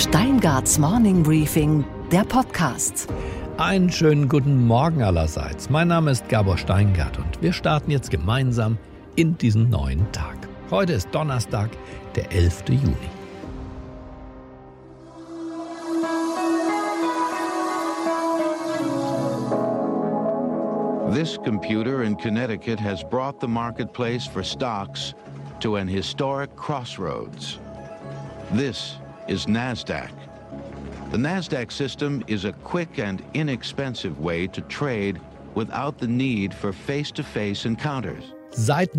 Steingarts Morning Briefing, der Podcast. Einen schönen guten Morgen allerseits. Mein Name ist Gabor Steingart und wir starten jetzt gemeinsam in diesen neuen Tag. Heute ist Donnerstag, der 11. Juni. This computer in Connecticut has brought the marketplace for stocks to an historic crossroads. This is NASDAQ. The NASDAQ system is a quick and inexpensive way to trade without the need for face-to-face encounters. Seit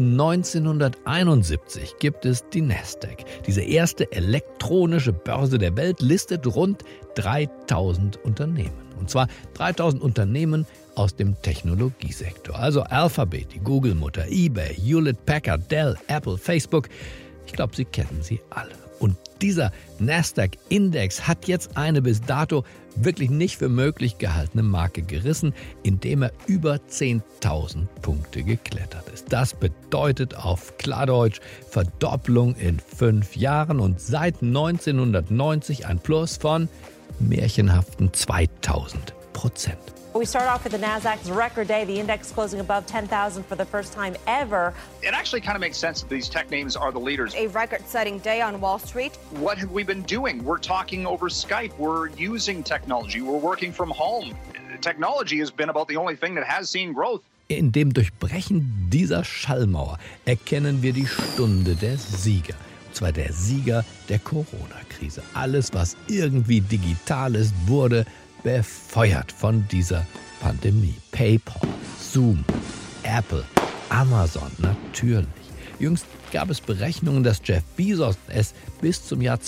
1971 gibt es die NASDAQ. Diese erste elektronische Börse der Welt listet rund 3000 Unternehmen. Und zwar 3000 Unternehmen aus dem Technologiesektor. Also Alphabet, die Google-Mutter, eBay, Hewlett-Packard, Dell, Apple, Facebook. Ich glaube, Sie kennen sie alle. Und dieser NASDAQ-Index hat jetzt eine bis dato wirklich nicht für möglich gehaltene Marke gerissen, indem er über 10.000 Punkte geklettert ist. Das bedeutet auf Klardeutsch Verdopplung in 5 Jahren und seit 1990 ein Plus von märchenhaften 2000%. We start off with the Nasdaq's record day, the index closing above 10,000 for the first time ever. It actually kind of makes sense that these tech names are the leaders. A record-setting day on Wall Street. What have we been doing? We're talking over Skype. We're using technology. We're working from home. Technology has been about the only thing that has seen growth. In dem Durchbrechen dieser Schallmauer erkennen wir die Stunde der Sieger. Und zwar der Sieger der Corona-Krise. Alles, was irgendwie digital ist, wurde befeuert von dieser Pandemie. PayPal, Zoom, Apple, Amazon, natürlich. Jüngst gab es Berechnungen, dass Jeff Bezos es bis zum Jahr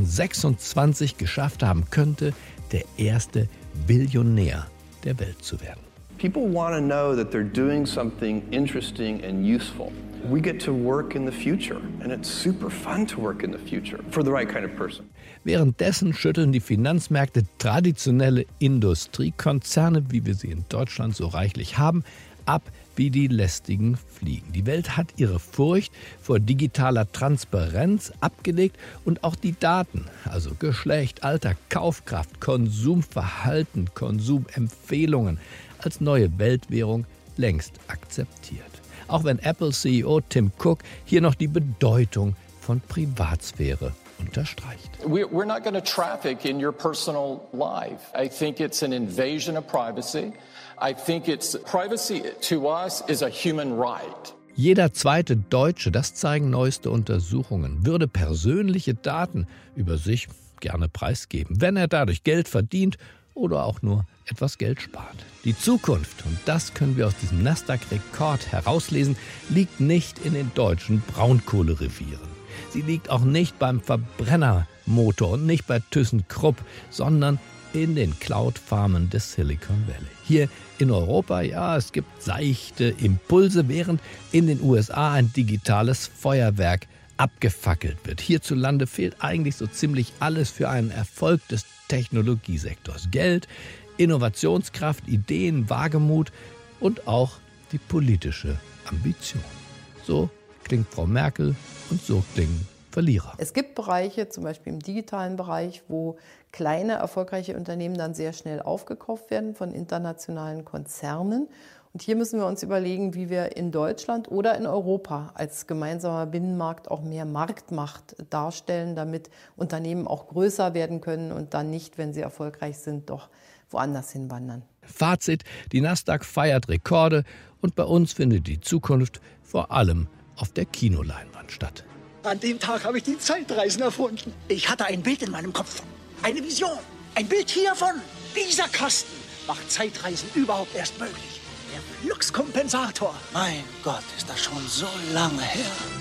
2026 geschafft haben könnte, der erste Billionär der Welt zu werden. People want to know that they're doing something interesting and useful. We get to work in the future, and it's super fun to work in the future for the right kind of person. Währenddessen schütteln die Finanzmärkte traditionelle Industriekonzerne, wie wir sie in Deutschland so reichlich haben, ab wie die lästigen Fliegen. Die Welt hat ihre Furcht vor digitaler Transparenz abgelegt und auch die Daten, also Geschlecht, Alter, Kaufkraft, Konsumverhalten, Konsumempfehlungen, als neue Weltwährung längst akzeptiert. Auch wenn Apple-CEO Tim Cook hier noch die Bedeutung von Privatsphäre unterstreicht. We're not going to traffic in your personal life. I think it's an invasion of privacy. I think privacy to us is a human right. Jeder zweite Deutsche, das zeigen neueste Untersuchungen, würde persönliche Daten über sich gerne preisgeben, wenn er dadurch Geld verdient oder auch nur etwas Geld spart. Die Zukunft, und das können wir aus diesem NASDAQ-Rekord herauslesen, liegt nicht in den deutschen Braunkohlerevieren. Sie liegt auch nicht beim Verbrennermotor und nicht bei ThyssenKrupp, sondern in den Cloud-Farmen des Silicon Valley. Hier in Europa, ja, es gibt seichte Impulse, während in den USA ein digitales Feuerwerk abgefackelt wird. Hierzulande fehlt eigentlich so ziemlich alles für einen Erfolg des Technologiesektors. Geld, Innovationskraft, Ideen, Wagemut und auch die politische Ambition. So klingt Frau Merkel und so klingen Verlierer. Es gibt Bereiche, zum Beispiel im digitalen Bereich, wo kleine, erfolgreiche Unternehmen dann sehr schnell aufgekauft werden von internationalen Konzernen. Und hier müssen wir uns überlegen, wie wir in Deutschland oder in Europa als gemeinsamer Binnenmarkt auch mehr Marktmacht darstellen, damit Unternehmen auch größer werden können und dann nicht, wenn sie erfolgreich sind, doch woanders hinwandern. Fazit: Die NASDAQ feiert Rekorde und bei uns findet die Zukunft vor allem auf der Kinoleinwand statt. An dem Tag habe ich die Zeitreisen erfunden. Ich hatte ein Bild in meinem Kopf, eine Vision, ein Bild hiervon. Dieser Kasten macht Zeitreisen überhaupt erst möglich. Der Fluxkompensator. Mein Gott, ist das schon so lange her.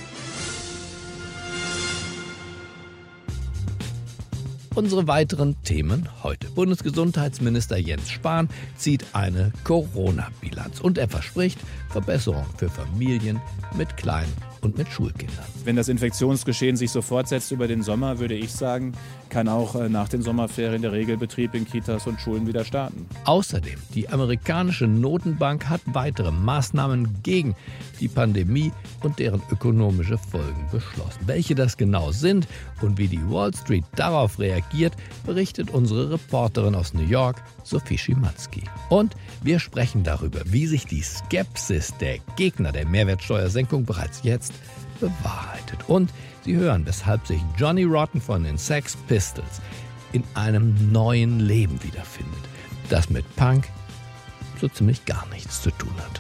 Unsere weiteren Themen heute. Bundesgesundheitsminister Jens Spahn zieht eine Corona-Bilanz und er verspricht Verbesserung für Familien mit kleinen und mit Schulkindern. Wenn das Infektionsgeschehen sich so fortsetzt über den Sommer, würde ich sagen, kann auch nach den Sommerferien der Regelbetrieb in Kitas und Schulen wieder starten. Außerdem, die amerikanische Notenbank hat weitere Maßnahmen gegen die Pandemie und deren ökonomische Folgen beschlossen. Welche das genau sind und wie die Wall Street darauf reagiert, berichtet unsere Reporterin aus New York, Sophie Schimanski. Und wir sprechen darüber, wie sich die Skepsis der Gegner der Mehrwertsteuersenkung bereits jetzt bewahrheitet. Und Sie hören, weshalb sich Johnny Rotten von den Sex Pistols in einem neuen Leben wiederfindet, das mit Punk so ziemlich gar nichts zu tun hat.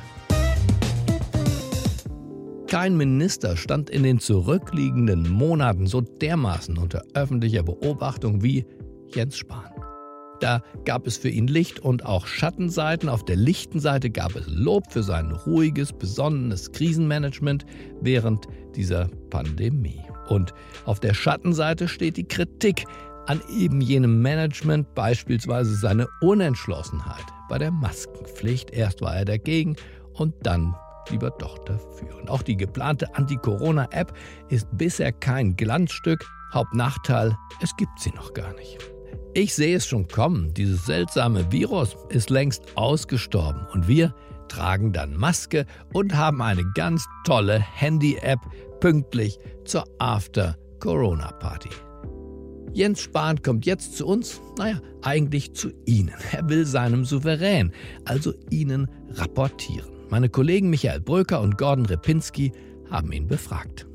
Kein Minister stand in den zurückliegenden Monaten so dermaßen unter öffentlicher Beobachtung wie Jens Spahn. Da gab es für ihn Licht- und auch Schattenseiten. Auf der lichten Seite gab es Lob für sein ruhiges, besonnenes Krisenmanagement während dieser Pandemie. Und auf der Schattenseite steht die Kritik an eben jenem Management, beispielsweise seine Unentschlossenheit bei der Maskenpflicht. Erst war er dagegen und dann lieber doch dafür. Und auch die geplante Anti-Corona-App ist bisher kein Glanzstück. Hauptnachteil, es gibt sie noch gar nicht. Ich sehe es schon kommen, dieses seltsame Virus ist längst ausgestorben und wir tragen dann Maske und haben eine ganz tolle Handy-App pünktlich zur After-Corona-Party. Jens Spahn kommt jetzt zu uns, eigentlich zu Ihnen. Er will seinem Souverän, also Ihnen, rapportieren. Meine Kollegen Michael Bröker und Gordon Repinski haben ihn befragt.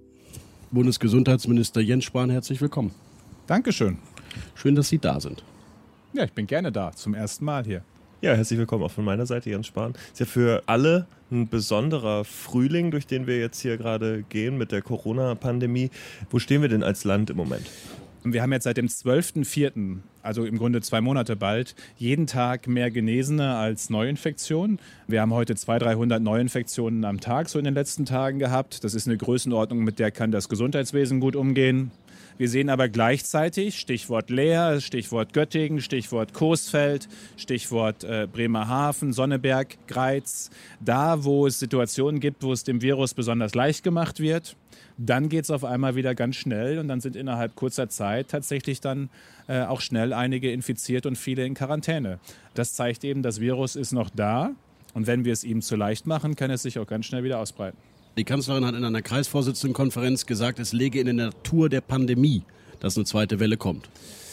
Bundesgesundheitsminister Jens Spahn, herzlich willkommen. Dankeschön. Schön, dass Sie da sind. Ja, ich bin gerne da, zum ersten Mal hier. Ja, herzlich willkommen auch von meiner Seite, Jens Spahn. Ist ja für alle ein besonderer Frühling, durch den wir jetzt hier gerade gehen mit der Corona-Pandemie. Wo stehen wir denn als Land im Moment? Wir haben jetzt seit dem 12.04., also im Grunde 2 Monate bald, jeden Tag mehr Genesene als Neuinfektionen. Wir haben heute 200-300 Neuinfektionen am Tag so in den letzten Tagen gehabt. Das ist eine Größenordnung, mit der kann das Gesundheitswesen gut umgehen. Wir sehen aber gleichzeitig, Stichwort Leer, Stichwort Göttingen, Stichwort Coesfeld, Stichwort Bremerhaven, Sonneberg, Greiz, da wo es Situationen gibt, wo es dem Virus besonders leicht gemacht wird, dann geht es auf einmal wieder ganz schnell und dann sind innerhalb kurzer Zeit tatsächlich dann auch schnell einige infiziert und viele in Quarantäne. Das zeigt eben, das Virus ist noch da und wenn wir es ihm zu leicht machen, kann es sich auch ganz schnell wieder ausbreiten. Die Kanzlerin hat in einer Kreisvorsitzendenkonferenz gesagt, es läge in der Natur der Pandemie, dass eine zweite Welle kommt.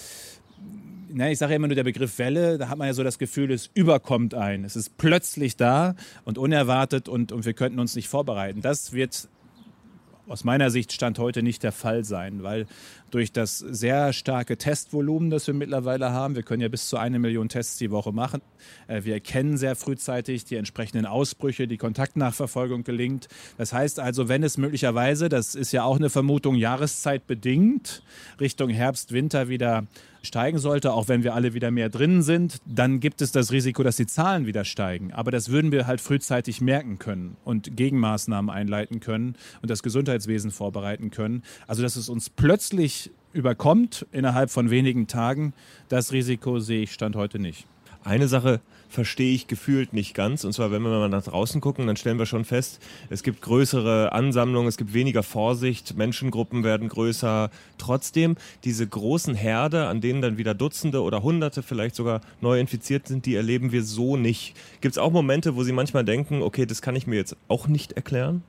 Ich sage ja immer nur der Begriff Welle, da hat man ja so das Gefühl, es überkommt einen. Es ist plötzlich da und unerwartet und wir könnten uns nicht vorbereiten. Das wird aus meiner Sicht Stand heute nicht der Fall sein, weil durch das sehr starke Testvolumen, das wir mittlerweile haben, wir können ja bis zu 1 Million Tests die Woche machen. Wir erkennen sehr frühzeitig die entsprechenden Ausbrüche, die Kontaktnachverfolgung gelingt. Das heißt also, wenn es möglicherweise, das ist ja auch eine Vermutung, jahreszeitbedingt Richtung Herbst, Winter wieder steigen sollte, auch wenn wir alle wieder mehr drin sind, dann gibt es das Risiko, dass die Zahlen wieder steigen. Aber das würden wir halt frühzeitig merken können und Gegenmaßnahmen einleiten können und das Gesundheitswesen vorbereiten können. Also, dass es uns plötzlich überkommt innerhalb von wenigen Tagen, das Risiko sehe ich Stand heute nicht. Eine Sache verstehe ich gefühlt nicht ganz. Und zwar, wenn wir mal nach draußen gucken, dann stellen wir schon fest, es gibt größere Ansammlungen, es gibt weniger Vorsicht, Menschengruppen werden größer. Trotzdem, diese großen Herde, an denen dann wieder Dutzende oder Hunderte vielleicht sogar neu infiziert sind, die erleben wir so nicht. Gibt es auch Momente, wo Sie manchmal denken, okay, das kann ich mir jetzt auch nicht erklären?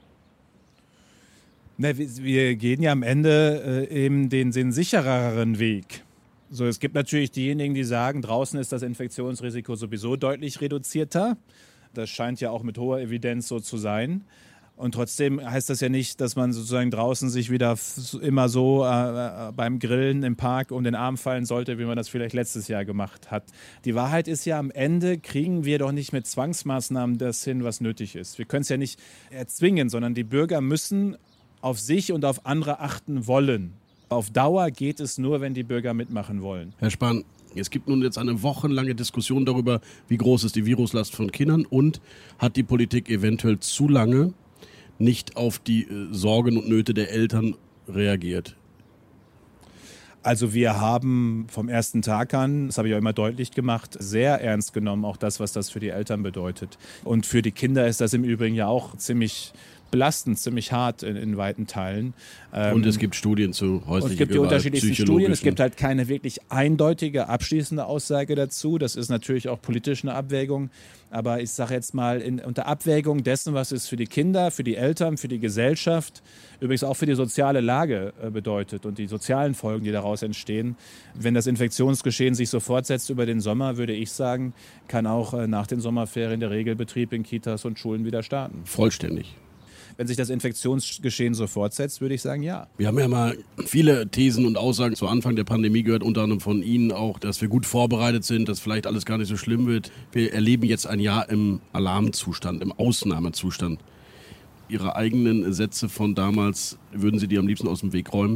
Wir gehen ja am Ende eben den sichereren Weg. So, es gibt natürlich diejenigen, die sagen, draußen ist das Infektionsrisiko sowieso deutlich reduzierter. Das scheint ja auch mit hoher Evidenz so zu sein. Und trotzdem heißt das ja nicht, dass man sozusagen draußen sich wieder immer so beim Grillen im Park um den Arm fallen sollte, wie man das vielleicht letztes Jahr gemacht hat. Die Wahrheit ist ja, am Ende kriegen wir doch nicht mit Zwangsmaßnahmen das hin, was nötig ist. Wir können es ja nicht erzwingen, sondern die Bürger müssen auf sich und auf andere achten wollen. Auf Dauer geht es nur, wenn die Bürger mitmachen wollen. Herr Spahn, es gibt nun jetzt eine wochenlange Diskussion darüber, wie groß ist die Viruslast von Kindern und hat die Politik eventuell zu lange nicht auf die Sorgen und Nöte der Eltern reagiert. Also wir haben vom ersten Tag an, das habe ich auch immer deutlich gemacht, sehr ernst genommen, auch das, was das für die Eltern bedeutet. Und für die Kinder ist das im Übrigen ja auch ziemlich belastend, ziemlich hart in weiten Teilen. Und es gibt Studien zu häuslicher Gewalt. Es gibt die unterschiedlichsten Studien. Es gibt halt keine wirklich eindeutige, abschließende Aussage dazu. Das ist natürlich auch politisch eine Abwägung. Aber ich sage jetzt mal, unter Abwägung dessen, was es für die Kinder, für die Eltern, für die Gesellschaft, übrigens auch für die soziale Lage bedeutet und die sozialen Folgen, die daraus entstehen. Wenn das Infektionsgeschehen sich so fortsetzt über den Sommer, würde ich sagen, kann auch nach den Sommerferien der Regelbetrieb in Kitas und Schulen wieder starten. Vollständig. Wenn sich das Infektionsgeschehen so fortsetzt, würde ich sagen, ja. Wir haben ja mal viele Thesen und Aussagen zu Anfang der Pandemie gehört, unter anderem von Ihnen auch, dass wir gut vorbereitet sind, dass vielleicht alles gar nicht so schlimm wird. Wir erleben jetzt ein Jahr im Alarmzustand, im Ausnahmezustand. Ihre eigenen Sätze von damals, würden Sie die am liebsten aus dem Weg räumen?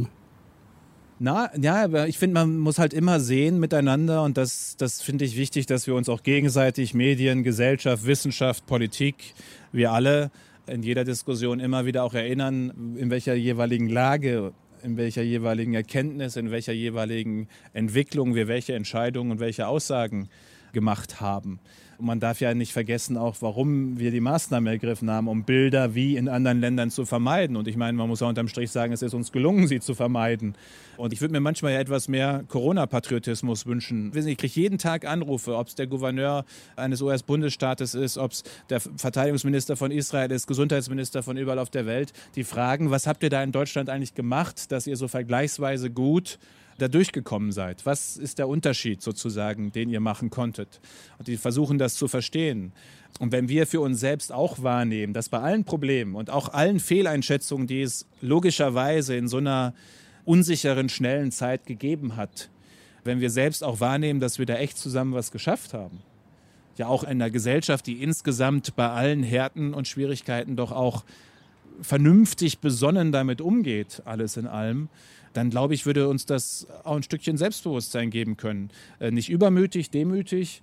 Ja, aber ich finde, man muss halt immer sehen miteinander und das finde ich wichtig, dass wir uns auch gegenseitig, Medien, Gesellschaft, Wissenschaft, Politik, wir alle in jeder Diskussion immer wieder auch erinnern, in welcher jeweiligen Lage, in welcher jeweiligen Erkenntnis, in welcher jeweiligen Entwicklung wir welche Entscheidungen und welche Aussagen gemacht haben. Und man darf ja nicht vergessen auch, warum wir die Maßnahmen ergriffen haben, um Bilder wie in anderen Ländern zu vermeiden. Und ich meine, man muss auch unterm Strich sagen, es ist uns gelungen, sie zu vermeiden. Und ich würde mir manchmal ja etwas mehr Corona-Patriotismus wünschen. Ich kriege jeden Tag Anrufe, ob es der Gouverneur eines US-Bundesstaates ist, ob es der Verteidigungsminister von Israel ist, Gesundheitsminister von überall auf der Welt, die fragen, was habt ihr da in Deutschland eigentlich gemacht, dass ihr so vergleichsweise gut da durchgekommen seid? Was ist der Unterschied sozusagen, den ihr machen konntet? Und die versuchen das zu verstehen. Und wenn wir für uns selbst auch wahrnehmen, dass bei allen Problemen und auch allen Fehleinschätzungen, die es logischerweise in so einer unsicheren, schnellen Zeit gegeben hat, wenn wir selbst auch wahrnehmen, dass wir da echt zusammen was geschafft haben, ja auch in einer Gesellschaft, die insgesamt bei allen Härten und Schwierigkeiten doch auch vernünftig besonnen damit umgeht, alles in allem, dann glaube ich, würde uns das auch ein Stückchen Selbstbewusstsein geben können. Nicht übermütig, demütig,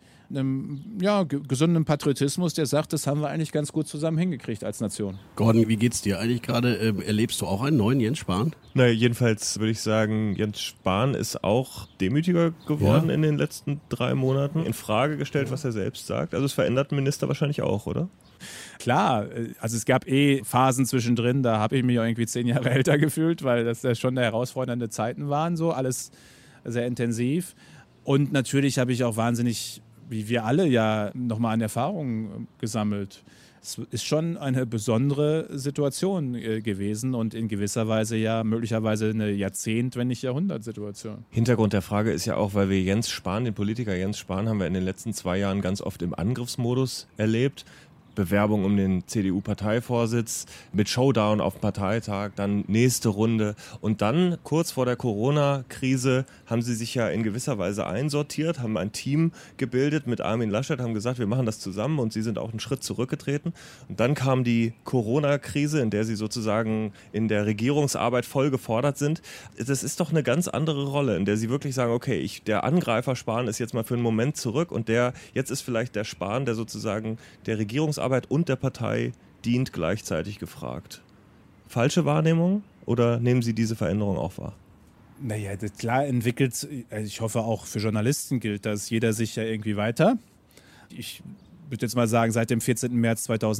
gesundem Patriotismus, der sagt, das haben wir eigentlich ganz gut zusammen hingekriegt als Nation. Gordon, wie geht's dir eigentlich gerade? Erlebst du auch einen neuen Jens Spahn? Na, jedenfalls würde ich sagen, Jens Spahn ist auch demütiger geworden in den letzten 3 Monaten. In Frage gestellt, was er selbst sagt. Also es verändert einen Minister wahrscheinlich auch, oder? Klar, also es gab Phasen zwischendrin, da habe ich mich irgendwie 10 Jahre älter gefühlt, weil das ja schon herausfordernde Zeiten waren, so alles sehr intensiv. Und natürlich habe ich auch wahnsinnig, wie wir alle ja, nochmal an Erfahrungen gesammelt. Es ist schon eine besondere Situation gewesen und in gewisser Weise ja möglicherweise eine Jahrzehnt-, wenn nicht Jahrhundertsituation. Hintergrund der Frage ist ja auch, weil wir Jens Spahn, den Politiker Jens Spahn, haben wir in den letzten 2 Jahren ganz oft im Angriffsmodus erlebt. Bewerbung um den CDU-Parteivorsitz mit Showdown auf dem Parteitag, dann nächste Runde. Und dann, kurz vor der Corona-Krise, haben sie sich ja in gewisser Weise einsortiert, haben ein Team gebildet mit Armin Laschet, haben gesagt, wir machen das zusammen und sie sind auch einen Schritt zurückgetreten. Und dann kam die Corona-Krise, in der sie sozusagen in der Regierungsarbeit voll gefordert sind. Das ist doch eine ganz andere Rolle, in der sie wirklich sagen, okay, der Angreifer Spahn ist jetzt mal für einen Moment zurück und jetzt ist vielleicht der Spahn, der sozusagen der Regierungsarbeit und der Partei dient, gleichzeitig gefragt. Falsche Wahrnehmung oder nehmen Sie diese Veränderung auch wahr? Naja, klar entwickelt, ich hoffe auch für Journalisten gilt das, jeder sich ja irgendwie weiter. Ich würde jetzt mal sagen, seit dem 14. März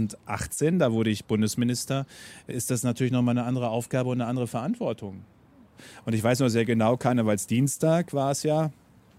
2018, da wurde ich Bundesminister, ist das natürlich nochmal eine andere Aufgabe und eine andere Verantwortung. Und ich weiß noch sehr genau, Karnevalsdienstag war es ja,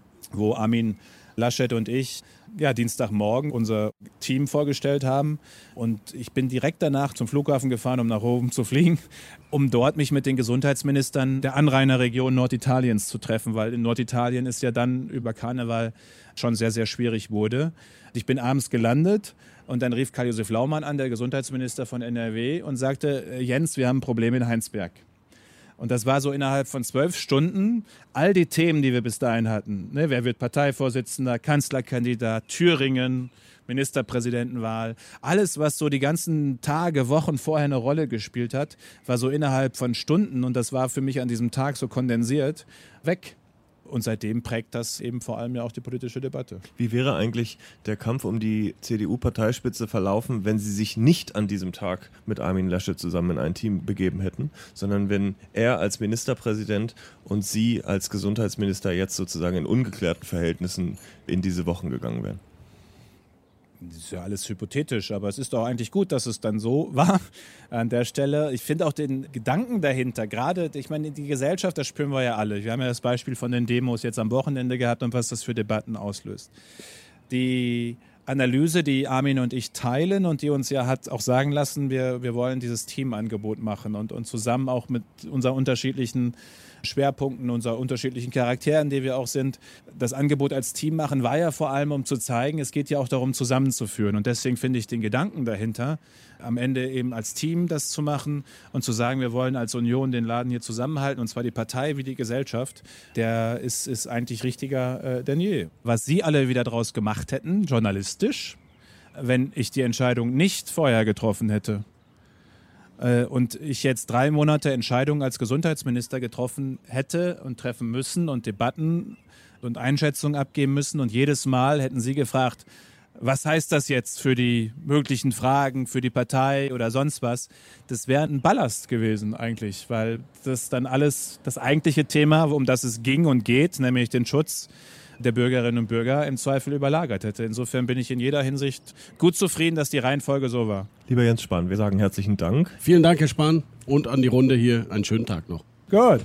wo Armin Laschet und ich Dienstagmorgen unser Team vorgestellt haben. Und ich bin direkt danach zum Flughafen gefahren, um nach Rom zu fliegen, um dort mich mit den Gesundheitsministern der Anrainerregion Norditaliens zu treffen, weil in Norditalien es ja dann über Karneval schon sehr, sehr schwierig wurde. Ich bin abends gelandet und dann rief Karl-Josef Laumann an, der Gesundheitsminister von NRW, und sagte, Jens, wir haben ein Problem in Heinsberg. Und das war so innerhalb von 12 Stunden all die Themen, die wir bis dahin hatten. Ne, wer wird Parteivorsitzender, Kanzlerkandidat, Thüringen, Ministerpräsidentenwahl. Alles, was so die ganzen Tage, Wochen vorher eine Rolle gespielt hat, war so innerhalb von Stunden, und das war für mich an diesem Tag so kondensiert, weg. Und seitdem prägt das eben vor allem ja auch die politische Debatte. Wie wäre eigentlich der Kampf um die CDU-Parteispitze verlaufen, wenn Sie sich nicht an diesem Tag mit Armin Laschet zusammen in ein Team begeben hätten, sondern wenn er als Ministerpräsident und Sie als Gesundheitsminister jetzt sozusagen in ungeklärten Verhältnissen in diese Wochen gegangen wären? Das ist ja alles hypothetisch, aber es ist doch eigentlich gut, dass es dann so war an der Stelle. Ich finde auch den Gedanken dahinter, gerade, ich meine, die Gesellschaft, das spüren wir ja alle. Wir haben ja das Beispiel von den Demos jetzt am Wochenende gehabt und was das für Debatten auslöst. Die Analyse, die Armin und ich teilen und die uns ja hat auch sagen lassen, wir wollen dieses Teamangebot machen und zusammen auch mit unseren unterschiedlichen Schwerpunkten, unserer unterschiedlichen Charakteren, die wir auch sind, das Angebot als Team machen, war ja vor allem, um zu zeigen, es geht ja auch darum, zusammenzuführen. Und deswegen finde ich den Gedanken dahinter, am Ende eben als Team das zu machen und zu sagen, wir wollen als Union den Laden hier zusammenhalten, und zwar die Partei wie die Gesellschaft, der ist eigentlich richtiger denn je. Was Sie alle wieder draus gemacht hätten, journalistisch, wenn ich die Entscheidung nicht vorher getroffen hätte, und ich jetzt 3 Monate Entscheidungen als Gesundheitsminister getroffen hätte und treffen müssen und Debatten und Einschätzungen abgeben müssen, und jedes Mal hätten Sie gefragt, was heißt das jetzt für die möglichen Fragen, für die Partei oder sonst was? Das wäre ein Ballast gewesen eigentlich, weil das dann alles, das eigentliche Thema, um das es ging und geht, nämlich den Schutz der Bürgerinnen und Bürger, im Zweifel überlagert hätte. Insofern bin ich in jeder Hinsicht gut zufrieden, dass die Reihenfolge so war. Lieber Jens Spahn, wir sagen herzlichen Dank. Vielen Dank, Herr Spahn, und an die Runde hier einen schönen Tag noch. Gut.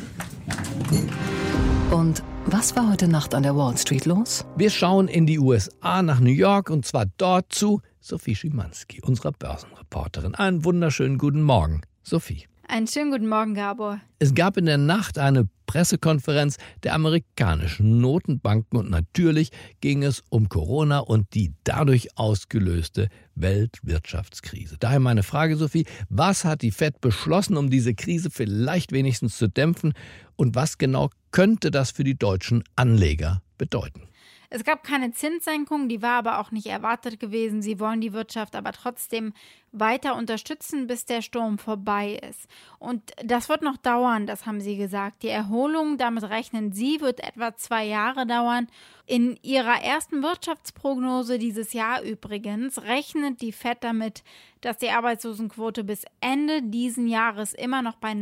Und was war heute Nacht an der Wall Street los? Wir schauen in die USA nach New York, und zwar dort zu Sophie Schimanski, unserer Börsenreporterin. Einen wunderschönen guten Morgen, Sophie. Einen schönen guten Morgen, Gabor. Es gab in der Nacht eine Pressekonferenz der amerikanischen Notenbanken und natürlich ging es um Corona und die dadurch ausgelöste Weltwirtschaftskrise. Daher meine Frage, Sophie, was hat die FED beschlossen, um diese Krise vielleicht wenigstens zu dämpfen, und was genau könnte das für die deutschen Anleger bedeuten? Es gab keine Zinssenkung, die war aber auch nicht erwartet gewesen. Sie wollen die Wirtschaft aber trotzdem weiter unterstützen, bis der Sturm vorbei ist. Und das wird noch dauern, das haben sie gesagt. Die Erholung, damit rechnen sie, wird etwa 2 Jahre dauern. In ihrer ersten Wirtschaftsprognose dieses Jahr übrigens rechnet die FED damit, dass die Arbeitslosenquote bis Ende diesen Jahres immer noch bei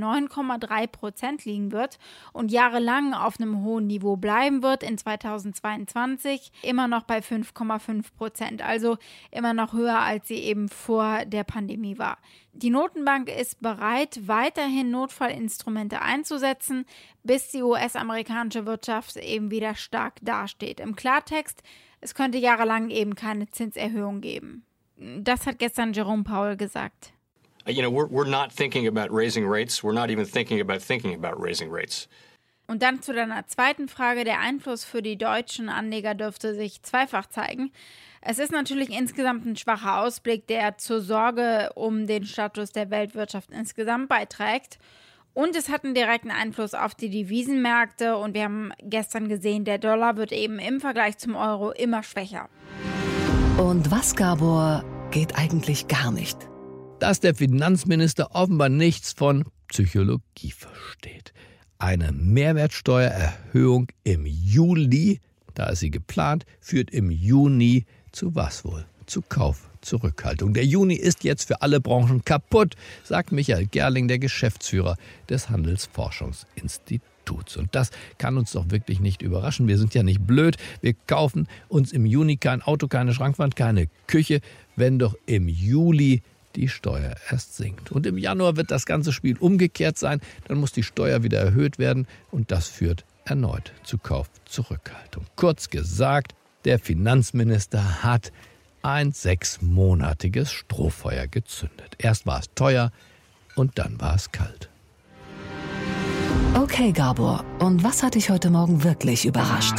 9,3% liegen wird und jahrelang auf einem hohen Niveau bleiben wird. In 2022 immer noch bei 5,5%, also immer noch höher, als sie eben vor der Pandemie war. Die Notenbank ist bereit, weiterhin Notfallinstrumente einzusetzen, bis die US-amerikanische Wirtschaft eben wieder stark dasteht. Im Klartext, es könnte jahrelang eben keine Zinserhöhung geben. Das hat gestern Jerome Powell gesagt. You know, we're not thinking about raising rates. We're not even thinking about raising rates. Und dann zu deiner zweiten Frage. Der Einfluss für die deutschen Anleger dürfte sich zweifach zeigen. Es ist natürlich insgesamt ein schwacher Ausblick, der zur Sorge um den Status der Weltwirtschaft insgesamt beiträgt. Und es hat einen direkten Einfluss auf die Devisenmärkte. Und wir haben gestern gesehen, der Dollar wird eben im Vergleich zum Euro immer schwächer. Und was, Gabor, geht eigentlich gar nicht? Dass der Finanzminister offenbar nichts von Psychologie versteht. Eine Mehrwertsteuererhöhung im Juli, da ist sie geplant, führt im Juni zu was wohl? Zu Kaufzurückhaltung. Der Juni ist jetzt für alle Branchen kaputt, sagt Michael Gerling, der Geschäftsführer des Handelsforschungsinstituts. Und das kann uns doch wirklich nicht überraschen. Wir sind ja nicht blöd. Wir kaufen uns im Juni kein Auto, keine Schrankwand, keine Küche, wenn doch im Juli die Steuer erst sinkt. Und im Januar wird das ganze Spiel umgekehrt sein. Dann muss die Steuer wieder erhöht werden und das führt erneut zu Kaufzurückhaltung. Kurz gesagt, der Finanzminister hat ein 6-monatiges Strohfeuer gezündet. Erst war es teuer und dann war es kalt. Okay, Gabor, und was hat dich heute Morgen wirklich überrascht?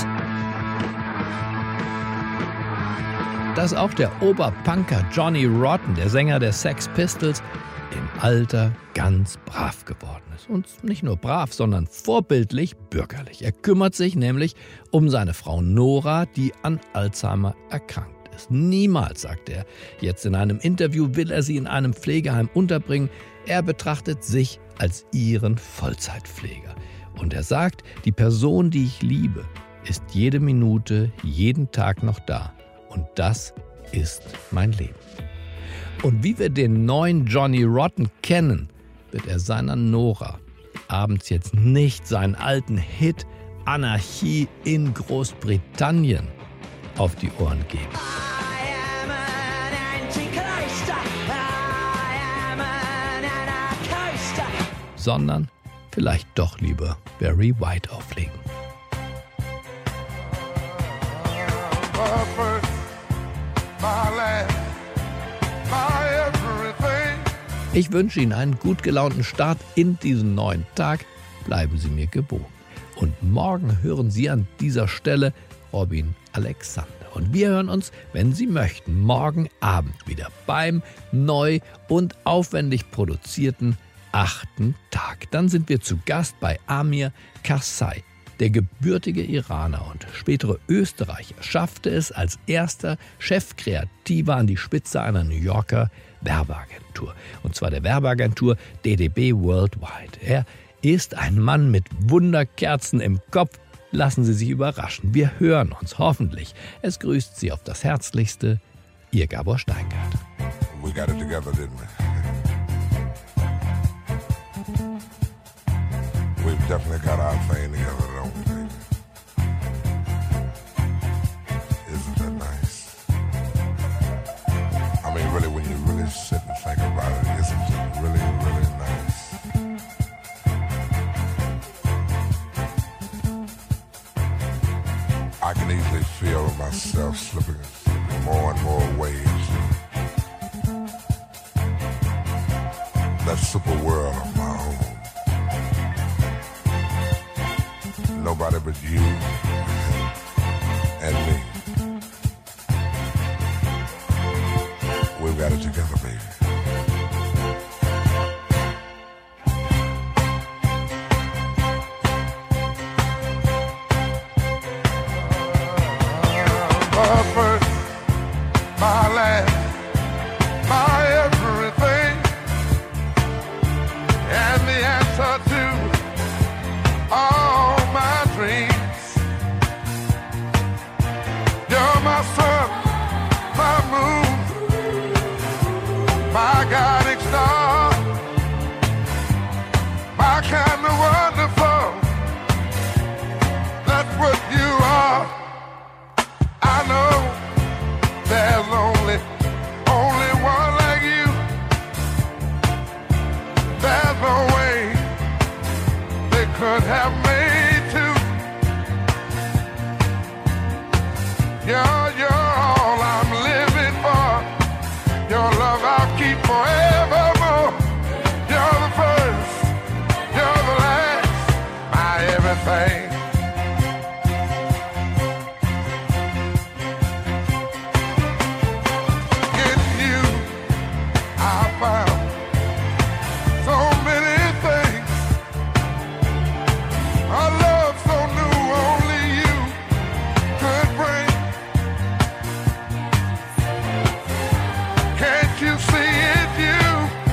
Dass auch der Oberpunker Johnny Rotten, der Sänger der Sex Pistols, im Alter ganz brav geworden ist. Und nicht nur brav, sondern vorbildlich bürgerlich. Er kümmert sich nämlich um seine Frau Nora, die an Alzheimer erkrankt ist. Niemals, sagt er jetzt in einem Interview, will er sie in einem Pflegeheim unterbringen. Er betrachtet sich als ihren Vollzeitpfleger. Und er sagt, die Person, die ich liebe, ist jede Minute, jeden Tag noch da. Und das ist mein Leben. Und wie wir den neuen Johnny Rotten kennen, wird er seiner Nora abends jetzt nicht seinen alten Hit Anarchie in Großbritannien auf die Ohren geben. I am sondern vielleicht doch lieber Barry White auflegen. Ich wünsche Ihnen einen gut gelaunten Start in diesen neuen Tag. Bleiben Sie mir gewogen. Und morgen hören Sie an dieser Stelle Robin Alexander. Und wir hören uns, wenn Sie möchten, morgen Abend wieder beim neu und aufwendig produzierten 8. Tag. Dann sind wir zu Gast bei Amir Karzai. Der gebürtige Iraner und spätere Österreicher schaffte es als erster Chefkreativer an die Spitze einer New Yorker Werbeagentur. Und zwar der Werbeagentur DDB Worldwide. Er ist ein Mann mit Wunderkerzen im Kopf. Lassen Sie sich überraschen. Wir hören uns hoffentlich. Es grüßt Sie auf das Herzlichste, Ihr Gabor Steingart. We got it together, didn't we? We've definitely got our thing together, don't we, baby? Isn't that nice? I mean, really, when you really sit and think about it, isn't it really, really nice? I can easily feel myself slipping more and more waves. That super world of my own. Nobody but you and me. We've got it together, baby. First, my last, my everything, and the answer to all my dreams. You're my sun, my moon, my guiding star, my kind of wonderful. That's what you are. I know there's only one like you. There's no way they could have made two. You're all I'm living for. Your love I'll keep forevermore. You're the first, you're the last, my everything.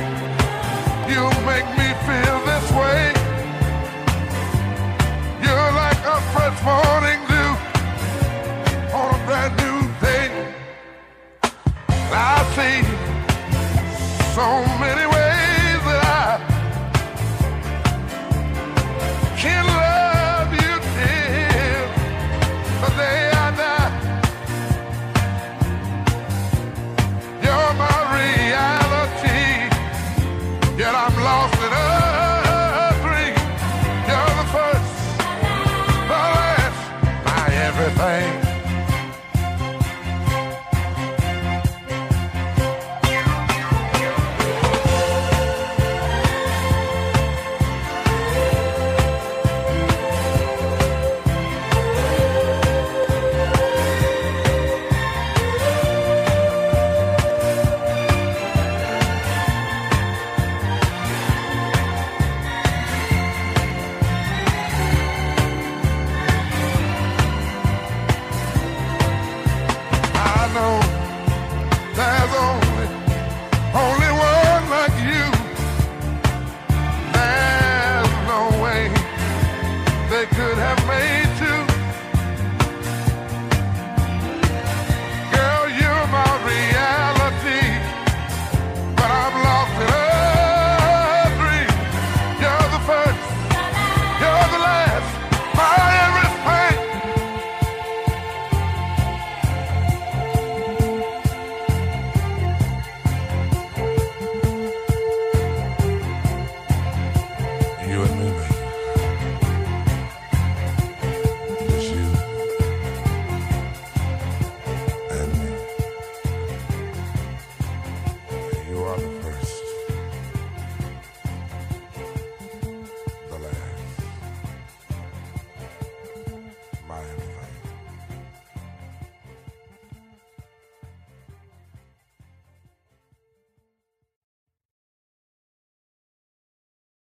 Feel this way. You're you and me, baby.